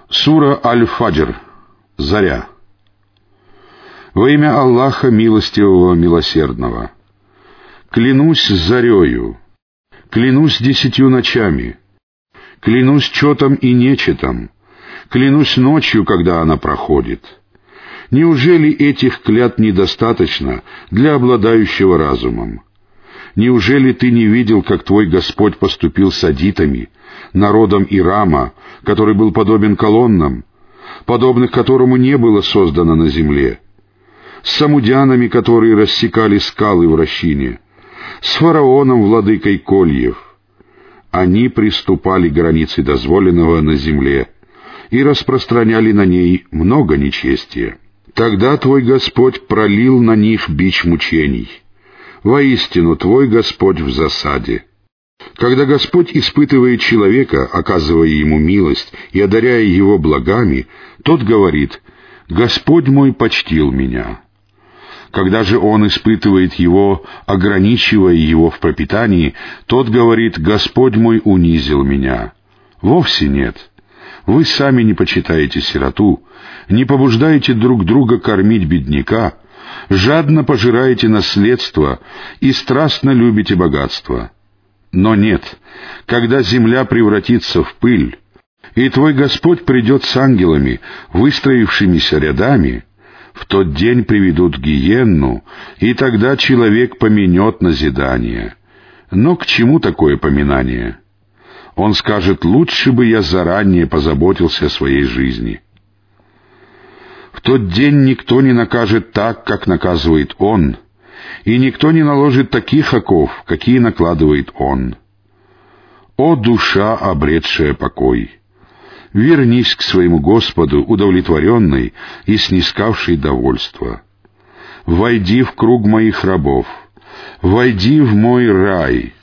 Сура Аль-Фаджр. Заря. Во имя Аллаха Милостивого Милосердного. Клянусь зарею, клянусь 10 ночами, клянусь четом и нечетом, клянусь ночью, когда она проходит. Неужели этих клятв недостаточно для обладающего разумом? Неужели ты не видел, как твой Господь поступил с адитами, народом Ирама, который был подобен колоннам, подобных которому не было создано на земле, с самудянами, которые рассекали скалы в Рощине, с фараоном, владыкой кольев? Они приступали к границе дозволенного на земле и распространяли на ней много нечестия. Тогда твой Господь пролил на них бич мучений. Воистину, твой Господь в засаде. Когда Господь испытывает человека, оказывая ему милость и одаряя его благами, тот говорит: «Господь мой почтил меня». Когда же Он испытывает его, ограничивая его в пропитании, тот говорит: «Господь мой унизил меня». Вовсе нет. Вы сами не почитаете сироту, не побуждаете друг друга кормить бедняка, жадно пожираете наследство и страстно любите богатство. Но нет, когда земля превратится в пыль, и твой Господь придет с ангелами, выстроившимися рядами, в тот день приведут гиенну, и тогда человек помянет назидание. Но к чему такое поминание? Он скажет: «Лучше бы я заранее позаботился о своей жизни». В тот день никто не накажет так, как наказывает Он, и никто не наложит таких оков, какие накладывает Он. О душа, обретшая покой! Вернись к своему Господу, удовлетворенный и снискавший довольство. Войди в круг моих рабов, войди в мой рай.